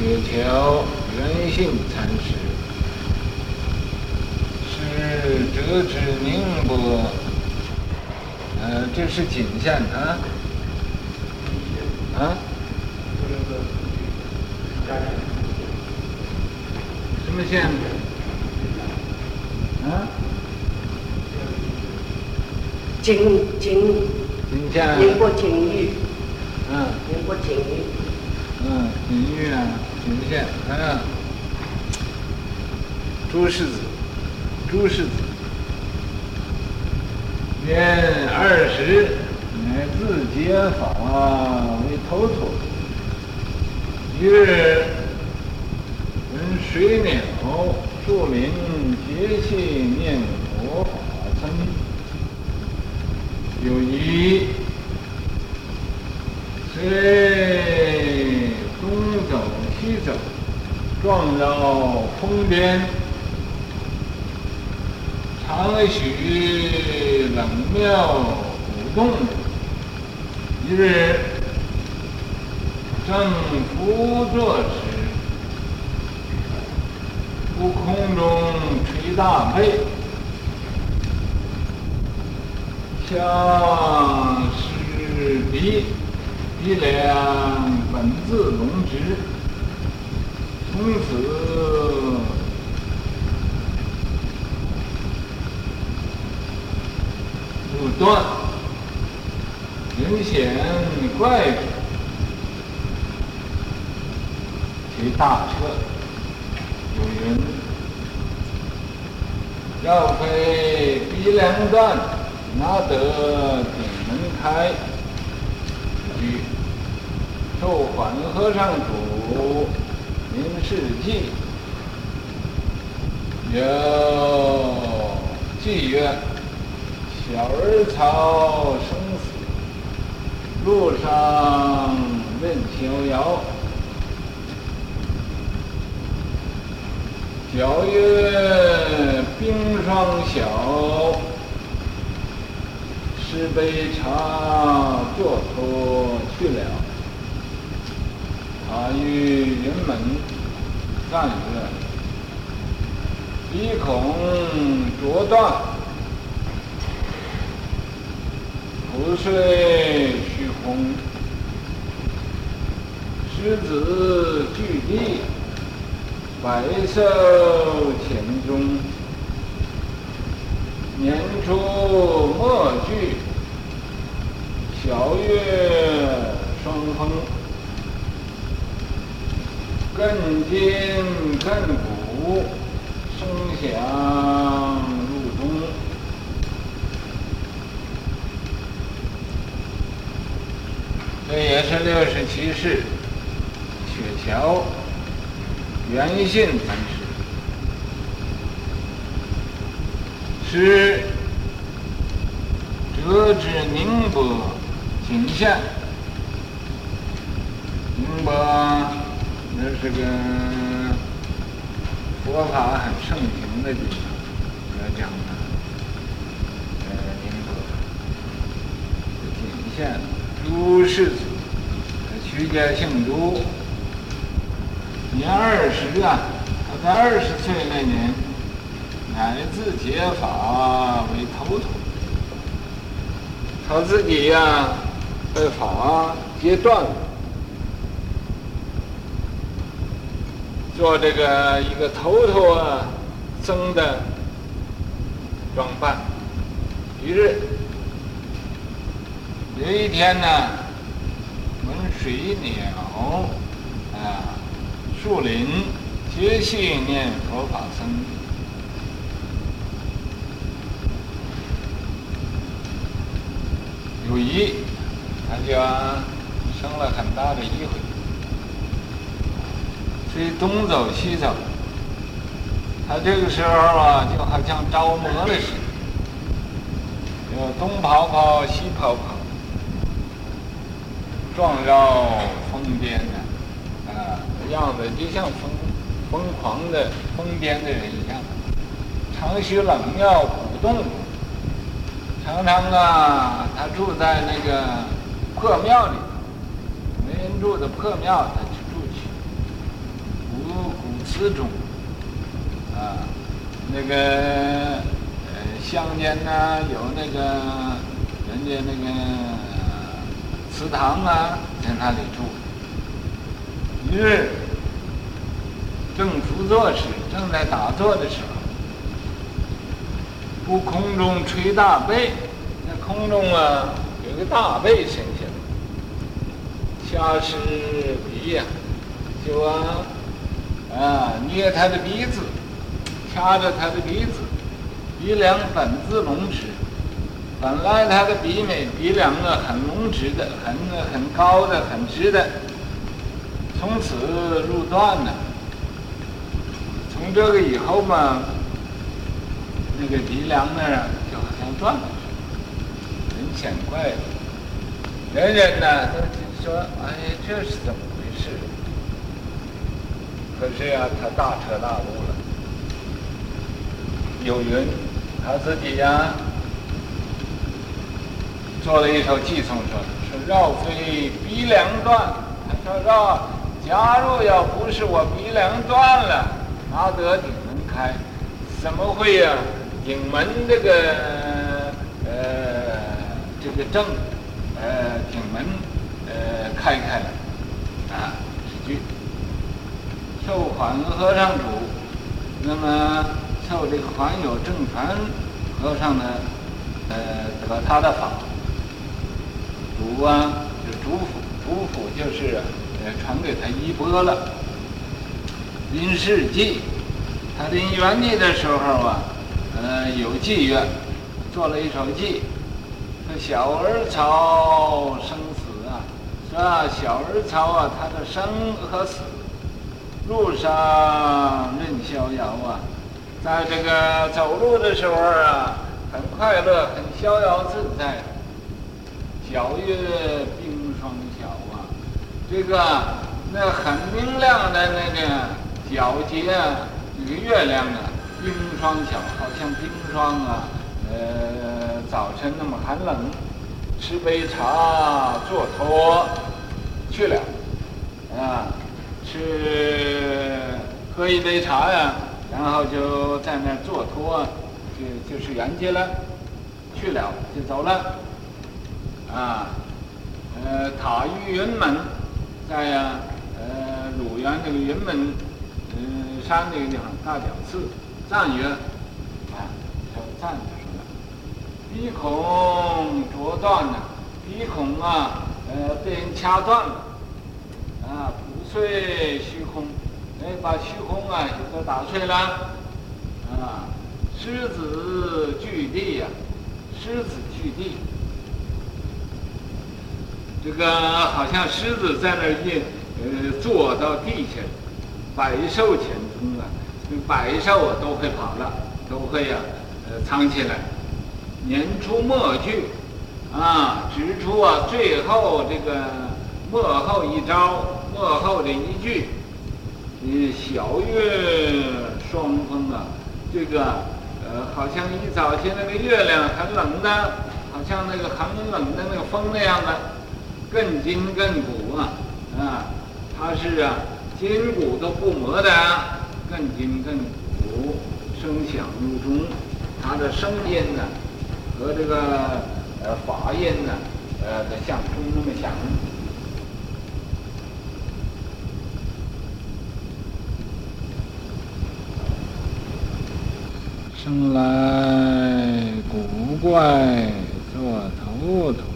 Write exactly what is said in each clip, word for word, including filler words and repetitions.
雪橇圆性蚕食，是折指宁波。呃，这是锦县啊。啊？什么县？啊？ 锦锦。 锦县。 宁波锦域。 嗯。 宁波锦域。 嗯，锦域啊，锦县。啊。朱世子，朱世子。年二十，乃自结发为头头。一日，闻水鸟树林节气念佛法僧，有一虽东走西走，撞绕峰巅，常许冷妙鼓动。一日正伏坐时，忽空中垂大佩，像是鼻鼻梁本自隆直，从此不断，人显怪者。其大车有云：要非鼻梁断，哪得顶门开？句受缓和尚主明事记。有记曰：小儿草生死，路上任逍遥。皎月冰霜小，十杯茶坐脱去了。他于人们赞曰：鼻孔啄断，骨髓虚空，狮子巨地，百兽潜中，年初末聚，小月双峰，艮筋艮骨，声响入中。这也是六十七世雪橇圆性蚕食，是折指宁波锦县。宁波那是个佛法很盛行的地方，要讲呢，呃，宁波锦县朱世子，徐家姓朱。年二十啊，他在二十岁那年，乃自结发为头头。他自己呀、啊，把发截断了，做这个一个头头啊僧的装扮。于是有一天呢，闻水鸟啊。树林皆系念佛法僧，有疑，他就生了很大的疑悔。所以东走西走，他这个时候啊，就好像着魔了似的，要东跑跑西跑跑，撞绕峰巅呢。样子就像疯疯狂的疯癫的人一样，常许冷庙鼓动，常常啊，他住在那个破庙里，没人住的破庙，他去住去。 词中啊，那个呃乡间呐有那个人家那个祠堂啊，在那里住。一日正伏坐时，正在打坐的时候，不空中吹大贝，那空中啊有一个大贝升起来，掐是鼻呀、啊，就啊啊捏他的鼻子，掐着他的鼻子，鼻梁本自隆直，本来他的鼻美鼻梁啊很隆直的，很很高的，很直的，从此入断了。从这个以后嘛，那个鼻梁那儿就好像断了，很显怪的。人人呢都说：“哎，这是怎么回事？”可是啊，他大彻大悟了。有云，他自己呀、啊、做了一首偈颂，说：“说绕非鼻梁断。”他说绕，假如要不是我鼻梁断了，哪得顶门开？怎么会呀、啊？顶门这个呃这个正呃顶门呃开开了啊，是句。受缓和尚主，那么受这个缓有正传和尚呢，呃得他的法。主啊，就主辅，主辅就是呃传给他衣钵了。临世纪，他临元帝的时候啊，呃有妓院，做了一首偈，说小儿曹生死啊，是吧？小儿曹啊，他的生和死，路上任逍遥啊，在这个走路的时候啊，很快乐，很逍遥自在。皎月冰霜晓啊，这个那很明亮的那个皎洁啊，那个月亮啊，冰霜晓，好像冰霜啊，呃，早晨那么寒冷。吃杯茶，坐脱去了，啊，吃喝一杯茶呀，然后就在那儿坐脱，就就是圆寂了，去了就走了。啊，呃，塔于云门，在呀、啊，呃，鲁原这个云门，嗯、呃，山这个地方大屌寺，赞曰，啊，叫赞就说了，鼻孔着断了，鼻孔啊，呃，被人掐断了，啊，骨碎虚空，哎，把虚空啊给它打碎了，啊，狮子据地呀、啊，狮子据地。这个好像狮子在那儿一呃坐到地下，百兽潜中啊，百兽啊都会跑了，都会呀、啊、呃藏起来。年出末句，啊，指出啊最后这个末后一招，末后的一句，嗯，小月双风啊，这个呃好像一早起那个月亮很冷的，好像那个很冷的那个风那样的。亘筋亘骨啊，啊，它是啊，筋骨都不磨的，亘筋亘骨，声响入中，它的声音呢，和这个呃法音呢，呃的像钟那么响。生来古怪做头头。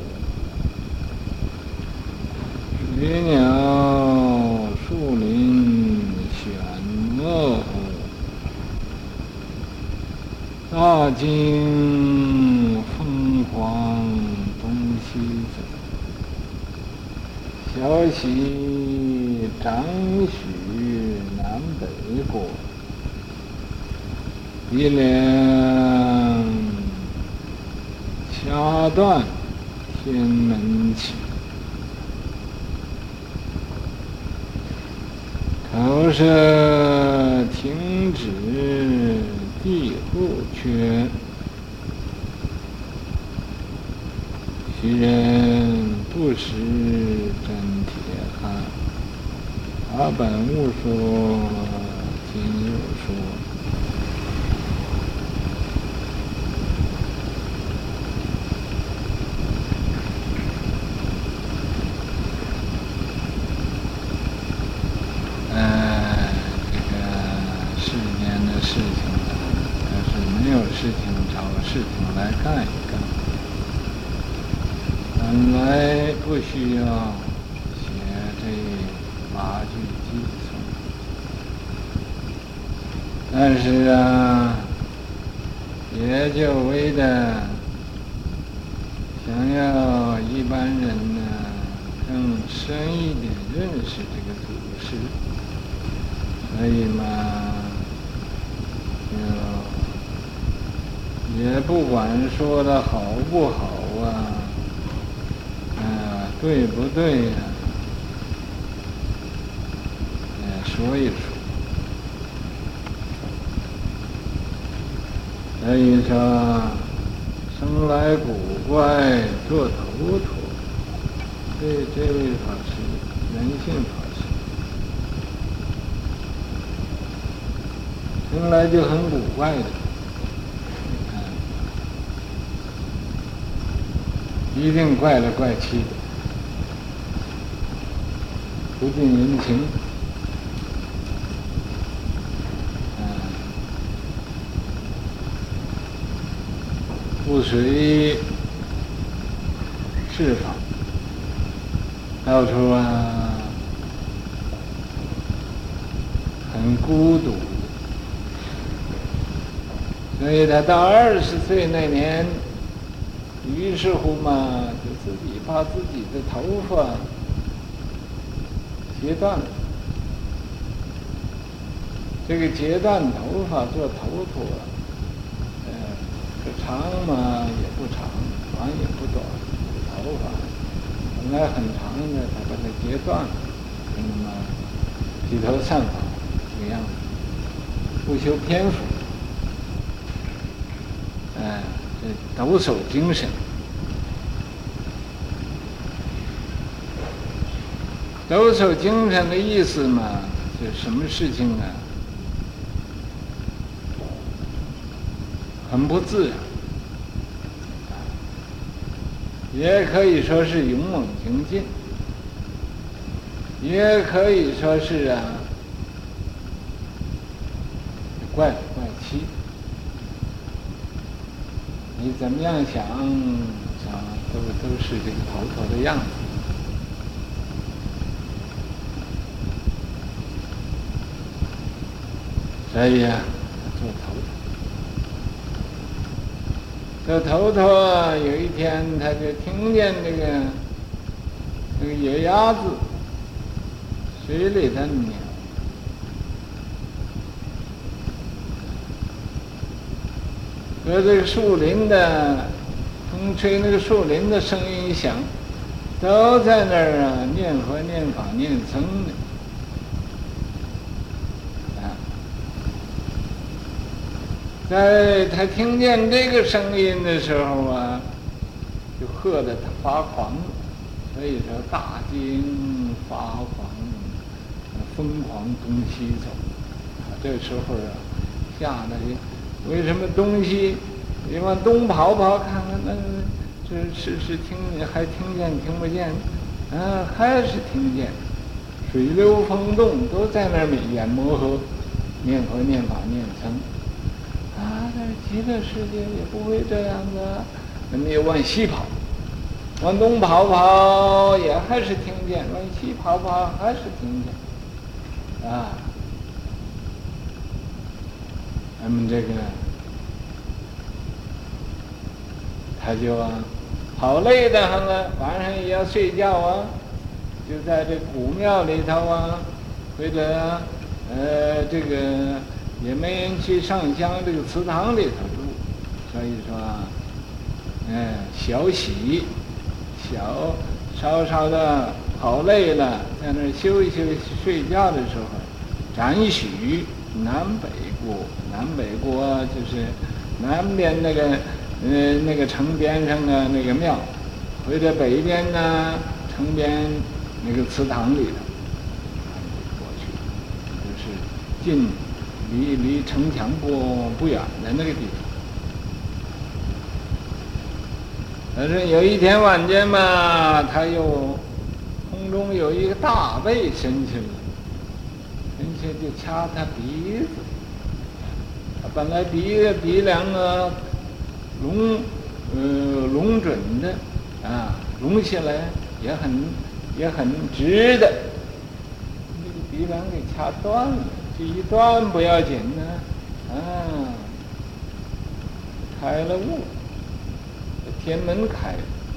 水鸟树林选恶虎，大惊凤凰东西走，小喜长许南北国，鼻梁掐断天门起。口舌停止地户缺，须人不识真铁汉，他本无说今有说。呃，这个世间的事情呢，要是没有事情，找事情来干一干。本来不需要写这八句偈颂，但是啊，也就为的想要一般人呢更深一点认识这个祖师，所以嘛，就也不管说的好不好啊。对不对呀、啊？也说一说。所以说，生来古怪做头陀，这这位法师，圆性法师，生来就很古怪的，一定怪来怪气的。不近人情，嗯，不随世法，到处啊很孤独，所以他到二十岁那年，于是乎嘛，就自己把自己的头发截断了，这个截断头发做头陀，呃，这长嘛也不长，短也不短，头发本来很长的，他把它截断了，那么披头散发这个样子，不修篇幅，哎、呃，这抖擞精神。抖擞精神的意思嘛，是什么事情啊？很不自然，也可以说是勇猛精进，也可以说是啊，怪里怪气。你怎么样想，想都都是这个头头的样子。所以啊，做头陀。做头陀，有一天他就听见那个那个野鸭子水里的鸟，和这个树林的风吹那个树林的声音响，都在那儿啊念佛念法念僧呢。在他听见这个声音的时候啊，就喝得他发狂，所以说大惊发狂，疯狂东西走。啊，这时候啊，吓得为什么东西，你往东跑跑看看，那这是是听还听见听不见？啊，还是听见，水流风动都在那儿眼摩诃，念佛念法念僧。啊，但是极乐世界也不会这样的，那么又往西跑，往东跑跑也还是听见，往西跑跑还是听见，啊，那么这个他就啊跑累的很了，晚上也要睡觉啊，就在这古庙里头啊，或者啊呃这个。也没人去上香，这个祠堂里头住，所以说，嗯，小喜，小稍稍的跑累了，在那儿休息休息睡觉的时候，展许南北国，南北国就是南边那个，呃，那个城边上的那个庙，或者北边呢城边那个祠堂里头，过去，就是进。 离离城墙不不远的那个地方。但是有一天晚间嘛，他又空中有一个大背伸去了，伸去就掐他鼻子。他本来鼻鼻梁啊隆呃隆准的啊，隆起来也很也很直的，那个鼻梁给掐断了。这一断不要紧呢，啊，开了悟。天门开了，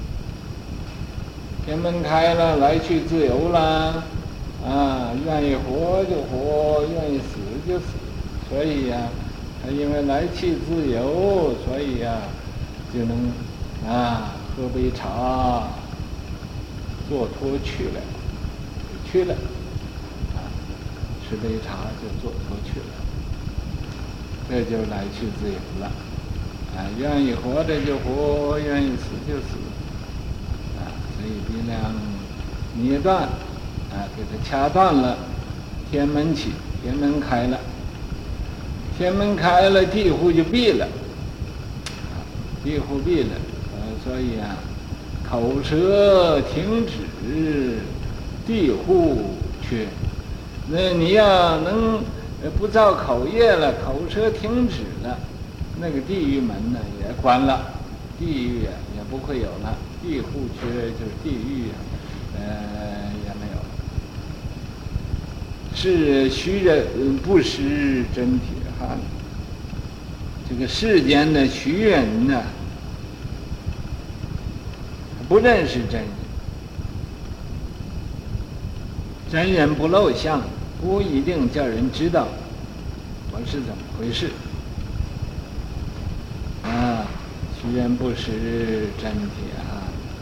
天门开了，来去自由啦，啊，愿意活就活，愿意死就死。所以呀、啊，他因为来去自由，所以呀、啊，就能啊喝杯茶，坐脱去了，就去了，啊，吃杯茶就坐脱去了，这就来去自由了。啊，愿意活着就活，愿意死就死，啊，所以鼻梁捏断，啊，给它掐断了，天门起，天门开了，天门开了，地户就闭了，啊，地户闭了，呃，所以啊，口舌停止，地户缺，那你要能不造口业了，口舌停止了。那个地狱门呢也关了，地狱啊也不会有了，地户缺就是地狱啊，呃也没有了。是虚人不识真铁汉，这个世间的虚人呢，不认识真人，真人不露相，不一定叫人知道我是怎么回事。啊，虚人不识真铁汉，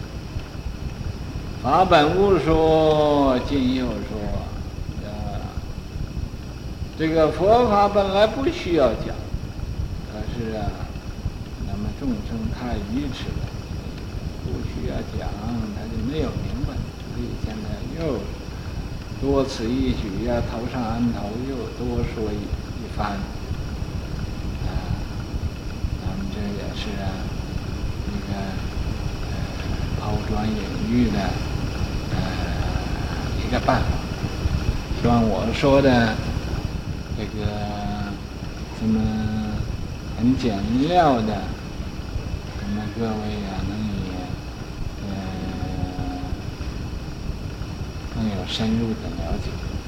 法本无说，今又说。啊，这个佛法本来不需要讲，可是啊，那么众生太愚痴了，不需要讲，他就没有明白，所以现在又多此一举呀、啊，头上安头，又多说一一番。是啊，那个呃抛砖引玉的呃一个办法。希望我说的这个这么很简要的，那么各位啊能以呃更有深入的了解。